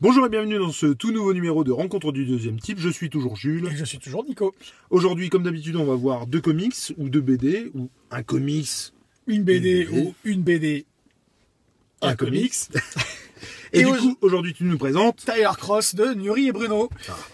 Bonjour et bienvenue dans ce tout nouveau numéro de Rencontre du deuxième type. Je suis toujours Jules. Et je suis toujours Nico. Aujourd'hui, comme d'habitude, on va voir deux comics ou deux BD ou un comics, Une BD ou une BD, un comics. Et du coup, aujourd'hui, tu nous présentes Tyler Cross de Nuri et Bruno.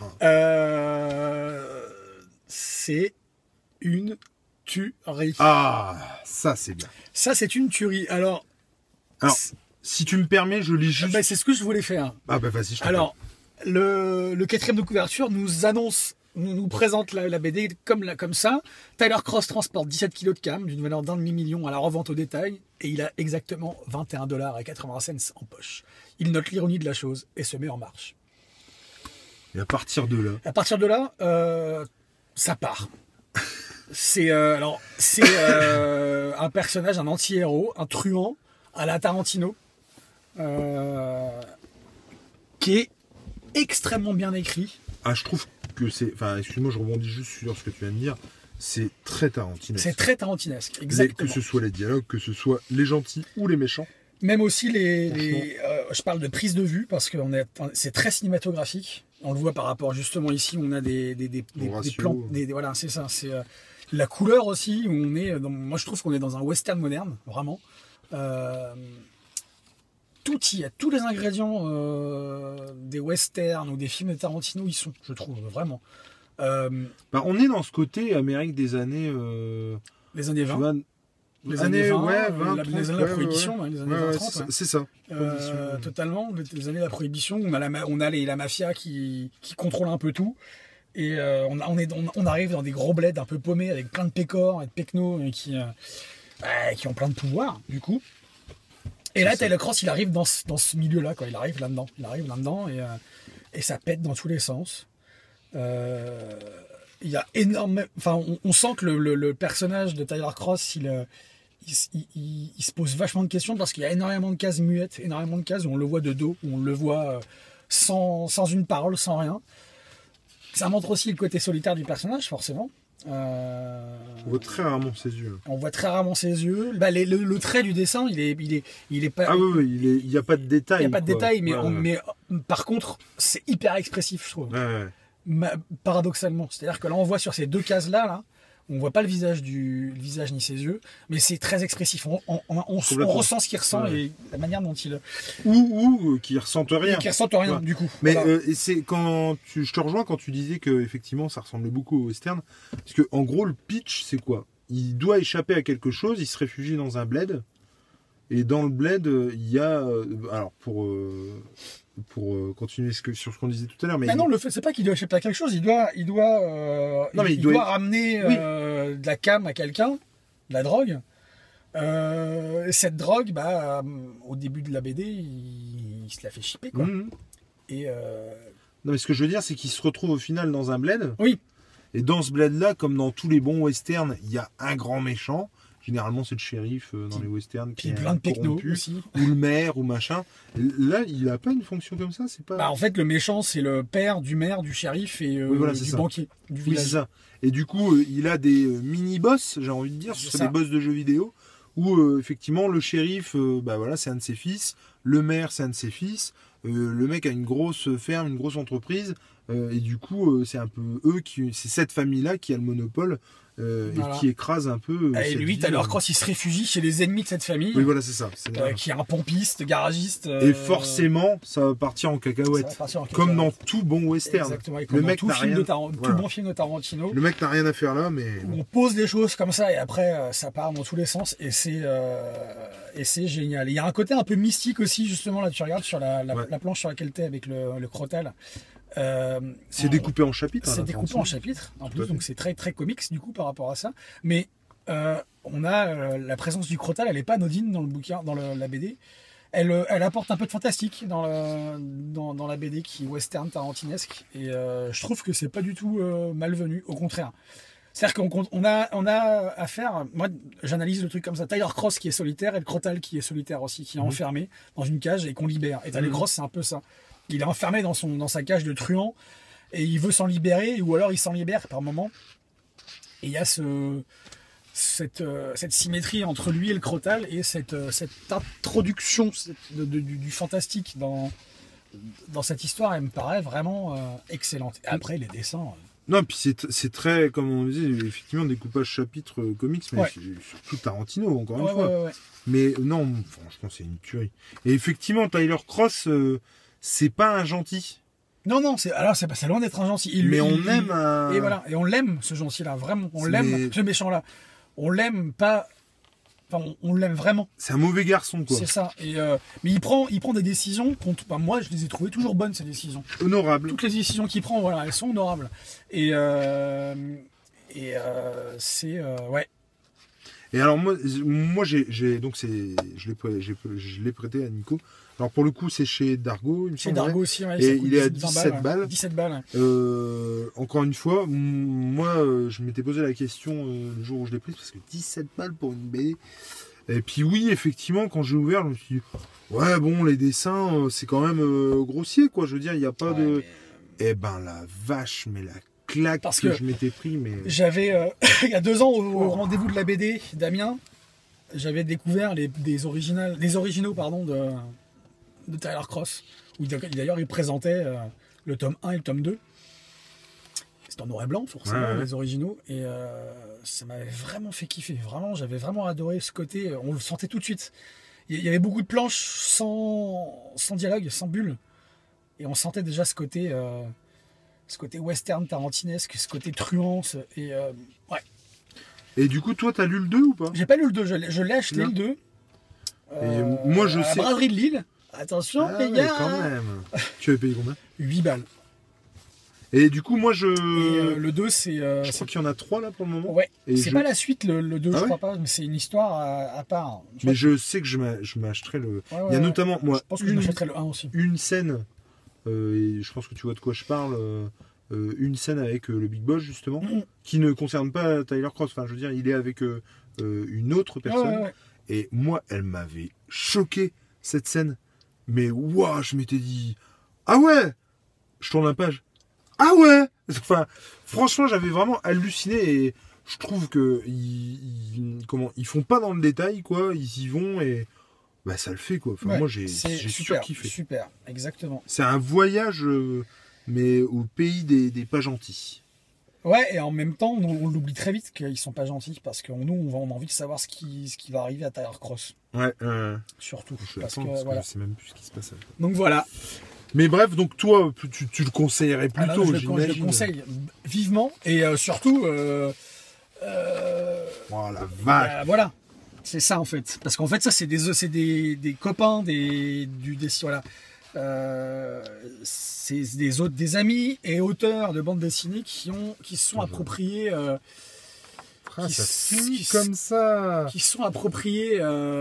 C'est une tuerie. Ah, ça c'est bien. Ça, c'est une tuerie. Alors, si tu me permets, je lis juste... c'est ce que je voulais faire. Ah bah vas-y, je t'en Alors, le quatrième de couverture nous annonce, nous présente la BD comme ça. Tyler Cross transporte 17 kg de cam d'une valeur d'1,5 million à la revente au détail et il a exactement 21,80 $ en poche. Il note l'ironie de la chose et se met en marche. Et à partir de là... À partir de là, ça part. C'est un personnage, un anti-héros, un truand à la Tarantino, qui est extrêmement bien écrit. Ah, je trouve que c'est... Enfin, excuse-moi, je rebondis juste sur ce que tu viens de dire. C'est très tarantinesque. C'est très tarantinesque, exactement. Que ce soit les dialogues, que ce soit les gentils ou les méchants. Même aussi je parle de prise de vue parce que c'est très cinématographique. On le voit par rapport justement ici, on a des plans, voilà, c'est ça. C'est la couleur aussi. Où moi, je trouve qu'on est dans un western moderne, vraiment. Tout y a, tous les ingrédients des westerns ou des films de Tarantino, ils sont, je trouve, vraiment. On est dans ce côté Amérique des années... les années 20. Les années 20, 20 les années de la Prohibition, les années 20-30. C'est ça. Totalement, les années de la Prohibition, on a la mafia qui contrôle un peu tout. Et on arrive dans des gros bleds un peu paumés avec plein de pécores et de pecnos qui ont plein de pouvoir, du coup. Et là, Tyler Cross, il arrive dans ce milieu-là, quoi. Il arrive là-dedans et ça pète dans tous les sens. Il y a énormément... Enfin, on sent que le personnage de Tyler Cross, il se pose vachement de questions parce qu'il y a énormément de cases muettes, énormément de cases où on le voit de dos, où on le voit sans une parole, sans rien. Ça montre aussi le côté solitaire du personnage, forcément. On voit très rarement ses yeux. Le trait du dessin, il est pas... Ah oui, il n'y a pas de détails. Il n'y a pas de détails, mais par contre, c'est hyper expressif, je trouve. Paradoxalement. C'est-à-dire que là, on voit sur ces deux cases-là, on voit pas le visage ni ses yeux, mais c'est très expressif. On ressent ce qu'il ressent et la manière dont il... Ou qui ressentent rien. Qui ressentent rien, du coup. Mais c'est je te rejoins quand tu disais que effectivement ça ressemblait beaucoup au western. Parce que en gros, le pitch, c'est quoi? Il doit échapper à quelque chose, il se réfugie dans un bled. Et dans le bled, il y a... alors, pour continuer sur ce qu'on disait tout à l'heure... Mais non, le fait, c'est pas qu'il doit échapper à quelque chose, il doit ramener de la cam à quelqu'un, de la drogue. Cette drogue, au début de la BD, il se la fait chipper, quoi. Non, mais ce que je veux dire, c'est qu'il se retrouve au final dans un bled. Oui. Et dans ce bled-là, comme dans tous les bons westerns, il y a un grand méchant. Généralement, c'est le shérif dans les westerns qui est plein de pecnos aussi. Ou le maire, ou machin. Et là, il n'a pas une fonction comme ça, c'est pas... en fait, le méchant, c'est le père du maire, du shérif et du banquier du village. C'est ça. Et du coup, il a des mini-boss, j'ai envie de dire, ce sont des boss de jeux vidéo, où effectivement, le shérif, c'est un de ses fils, le maire, c'est un de ses fils, le mec a une grosse ferme, une grosse entreprise, et du coup, c'est un peu c'est cette famille-là qui a le monopole. Et qui écrase un peu. Et lui, Tyler Cross, il se réfugie chez les ennemis de cette famille. Oui, voilà, c'est ça. Qui est un pompiste, garagiste. Et forcément, ça va partir en cacahuète. Comme dans tout bon western. Exactement. Le mec n'a rien. Tout bon film de Tarantino. Le mec n'a rien à faire là, mais. On pose des choses comme ça et après, ça part dans tous les sens et c'est génial. Il y a un côté un peu mystique aussi, justement, là, tu regardes sur la planche sur laquelle tu es avec le crotal. C'est découpé en chapitres. C'est découpé en chapitres, en plus, donc c'est très très comics du coup par rapport à ça. Mais on a la présence du crotal, elle n'est pas anodine dans le bouquin, dans la BD. Elle apporte un peu de fantastique dans la BD qui est western tarantinesque. Et je trouve que c'est pas du tout malvenu, au contraire. C'est-à-dire qu'on a affaire, moi j'analyse le truc comme ça, Tyler Cross qui est solitaire et le crotal qui est solitaire aussi, qui est enfermé dans une cage et qu'on libère. Et Tyler Cross, c'est un peu ça. Il est enfermé dans sa cage de truand et il veut s'en libérer, ou alors il s'en libère par moment. Et il y a cette symétrie entre lui et le crotal et cette introduction du fantastique dans cette histoire, elle me paraît vraiment excellente. Et après, les dessins. Non, puis c'est très, comme on disait, effectivement, découpage chapitre comics, mais c'est surtout Tarantino, encore une fois. Ouais. Mais non, franchement, c'est une tuerie. Et effectivement, Tyler Cross, c'est pas un gentil. Non, c'est loin d'être un gentil. Mais on aime Et voilà, et on l'aime, ce gentil-là, vraiment. On l'aime, ce méchant-là. On l'aime pas. Enfin, on l'aime vraiment. C'est un mauvais garçon, quoi. C'est ça. Et mais il prend des décisions. Moi, je les ai trouvées toujours bonnes, ces décisions. Honorables. Toutes les décisions qu'il prend, voilà, elles sont honorables. Et c'est ouais. Et alors moi j'ai donc je l'ai prêté à Nico. Alors pour le coup c'est chez Dargo, il me semble. Chez Dargo aussi, ouais, et il est à 17 balles. 17 balles. Encore une fois, moi je m'étais posé la question le jour où je l'ai prise parce que 17 balles pour une BD. Et puis oui, effectivement, quand j'ai ouvert, je me suis dit ouais bon les dessins c'est quand même grossier quoi. Je veux dire il n'y a pas de. Mais... Eh ben la vache, mais la claque parce que je m'étais pris, mais j'avais il y a 2 ans au rendez-vous de la BD d'Amiens, j'avais découvert des originaux pardon de Tyler Cross, où d'ailleurs il présentait le tome 1 et le tome 2. C'était en noir et blanc forcément, les originaux, et ça m'avait vraiment fait kiffer. Vraiment, j'avais vraiment adoré ce côté. On le sentait tout de suite. Il y avait beaucoup de planches sans dialogue, sans bulle, et on sentait déjà ce côté western tarantinesque, ce côté truand, et ouais. Et du coup, toi, t'as lu le 2 ou pas? J'ai pas lu le 2, je l'ai acheté le 2. Et moi, je sais. La braderie de Lille. Attention, les gars. Quand même. Tu avais payé combien? 8 balles. Et du coup, moi, Et le 2, c'est. Je crois qu'il y en a 3 là pour le moment. Ouais. C'est pas la suite, le 2, je crois pas, mais c'est une histoire à part. Mais je sais que je m'achèterai le. Il y a notamment, moi, je pense que je m'achèterai le 1 aussi. Une scène, et je pense que tu vois de quoi je parle. Une scène avec le Big Boss justement, qui ne concerne pas Tyler Cross. Enfin, je veux dire, il est avec une autre personne. Ouais. Et moi, elle m'avait choqué cette scène. Mais waouh, je m'étais dit, ah ouais, je tourne la page. Ah ouais. Enfin, franchement, j'avais vraiment halluciné et je trouve que ils font pas dans le détail quoi. Ils y vont et bah ça le fait quoi. Enfin, moi, j'ai surkiffé. Super, exactement. C'est un voyage. Mais au pays des pas gentils. Ouais, et en même temps, on l'oublie très vite qu'ils sont pas gentils, parce que nous, on a envie de savoir ce qui va arriver à Tyler Cross. Ouais, surtout. Parce que voilà. Je sais même plus ce qui se passe. Donc voilà. Mais bref, donc toi, tu le conseillerais plutôt, je le conseille vivement, et surtout... Oh la vache. Voilà, c'est ça en fait. Parce qu'en fait, ça, c'est des copains, voilà. C'est des amis et auteurs de bande dessinée qui se sont appropriés comme ça, qui sont appropriés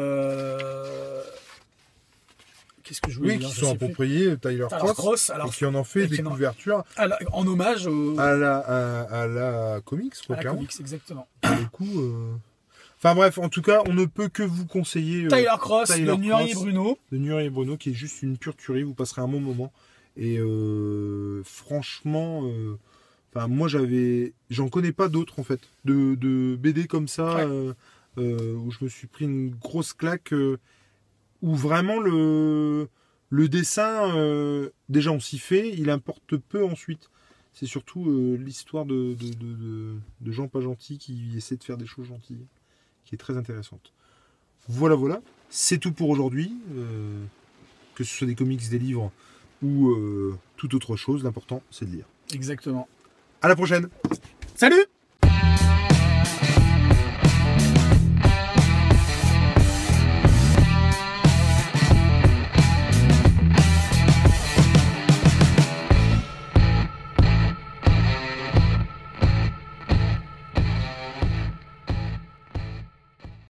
qu'est-ce que je voulais dire, qui sont appropriés Tyler Cross, et qui en ont fait des couvertures en hommage à la comics quoi, à la comics, exactement. Du coup enfin bref, en tout cas, on ne peut que vous conseiller Tyler Cross de Nuary et Bruno. De Nuary et Bruno, qui est juste une pure tuerie. Vous passerez un bon moment. Et franchement, moi j'en connais pas d'autres en fait, de BD comme ça, où je me suis pris une grosse claque, où vraiment le dessin, déjà on s'y fait, il importe peu ensuite. C'est surtout l'histoire de gens pas gentils qui essaient de faire des choses gentilles, qui est très intéressante. Voilà, c'est tout pour aujourd'hui. Que ce soit des comics, des livres ou toute autre chose, l'important c'est de lire. Exactement. À la prochaine. Salut!